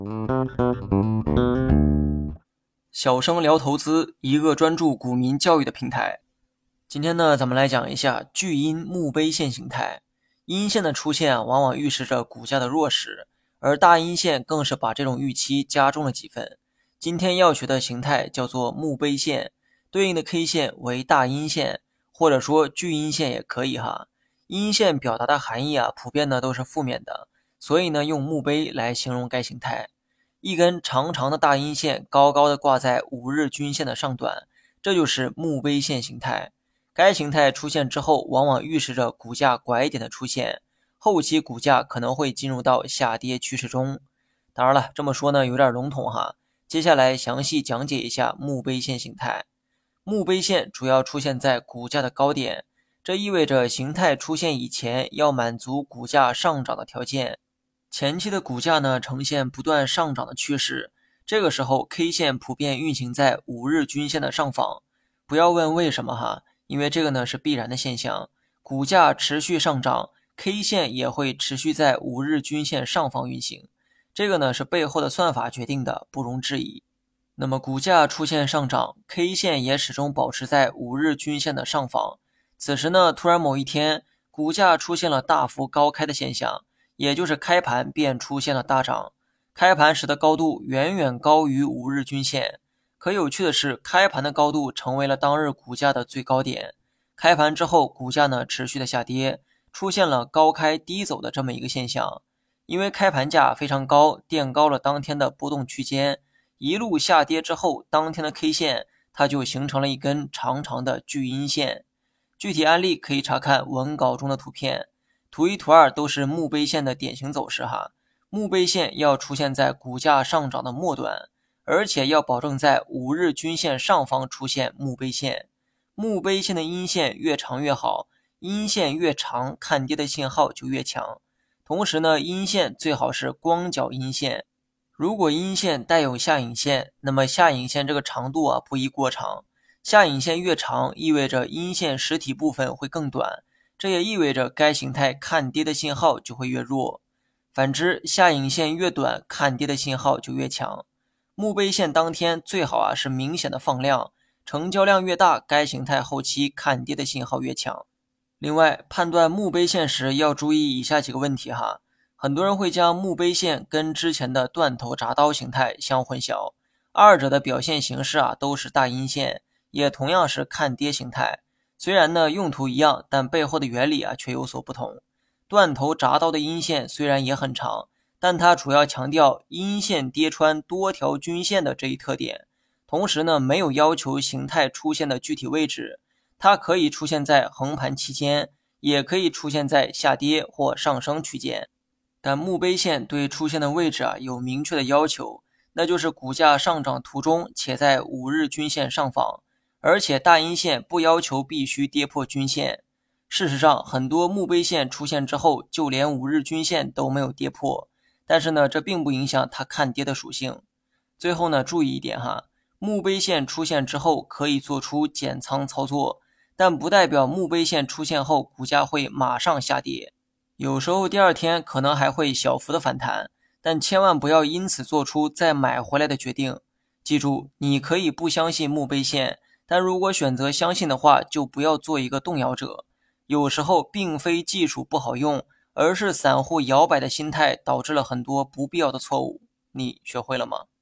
小生聊投资，一个专注股民教育的平台。今天呢，咱们来讲一下巨阴墓碑线形态。阴线的出现往往预示着股价的弱势，而大阴线更是把这种预期加重了几分。今天要学的形态叫做墓碑线，对应的 K 线为大阴线，或者说巨阴线也可以哈。阴线表达的含义普遍呢都是负面的，所以呢用墓碑来形容该形态。一根长长的大阴线高高的挂在5日均线的上端，这就是墓碑线形态。该形态出现之后，往往预示着股价拐点的出现，后期股价可能会进入到下跌趋势中。当然了，这么说呢有点笼统哈。接下来详细讲解一下墓碑线形态。墓碑线主要出现在股价的高点，这意味着形态出现以前要满足股价上涨的条件。前期的股价呢呈现不断上涨的趋势，这个时候 K 线普遍运行在5日均线的上方。不要问为什么哈，因为这个呢是必然的现象。股价持续上涨， K 线也会持续在5日均线上方运行，这个呢是背后的算法决定的，不容置疑。那么股价出现上涨， K 线也始终保持在5日均线的上方。此时呢突然某一天股价出现了大幅高开的现象，也就是开盘便出现了大涨，开盘时的高度远远高于5日均线。可有趣的是，开盘的高度成为了当日股价的最高点。开盘之后，股价呢持续的下跌，出现了高开低走的这么一个现象。因为开盘价非常高，垫高了当天的波动区间，一路下跌之后，当天的 K 线它就形成了一根长长的巨阴线。具体案例可以查看文稿中的图片。图一图二都是墓碑线的典型走势哈。墓碑线要出现在股价上涨的末端，而且要保证在5日均线上方出现墓碑线。墓碑线的阴线越长越好，阴线越长，看跌的信号就越强。同时呢，阴线最好是光脚阴线。如果阴线带有下影线，那么下影线这个长度不宜过长。下影线越长，意味着阴线实体部分会更短，这也意味着该形态看跌的信号就会越弱。反之，下影线越短，看跌的信号就越强。墓碑线当天最好是明显的放量，成交量越大，该形态后期看跌的信号越强。另外，判断墓碑线时要注意以下几个问题哈。很多人会将墓碑线跟之前的断头铡刀形态相混淆，二者的表现形式都是大阴线，也同样是看跌形态。虽然呢用途一样，但背后的原理却有所不同。断头铡刀的阴线虽然也很长，但它主要强调阴线跌穿多条均线的这一特点，同时呢没有要求形态出现的具体位置，它可以出现在横盘期间，也可以出现在下跌或上升区间。但墓碑线对出现的位置有明确的要求，那就是股价上涨途中且在5日均线上方，而且大阴线不要求必须跌破均线。事实上，很多墓碑线出现之后，就连5日均线都没有跌破，但是呢，这并不影响它看跌的属性。最后呢，注意一点哈，墓碑线出现之后可以做出减仓操作，但不代表墓碑线出现后股价会马上下跌。有时候第二天可能还会小幅的反弹，但千万不要因此做出再买回来的决定。记住，你可以不相信墓碑线，但如果选择相信的话，就不要做一个动摇者。有时候并非技术不好用，而是散户摇摆的心态导致了很多不必要的错误。你学会了吗？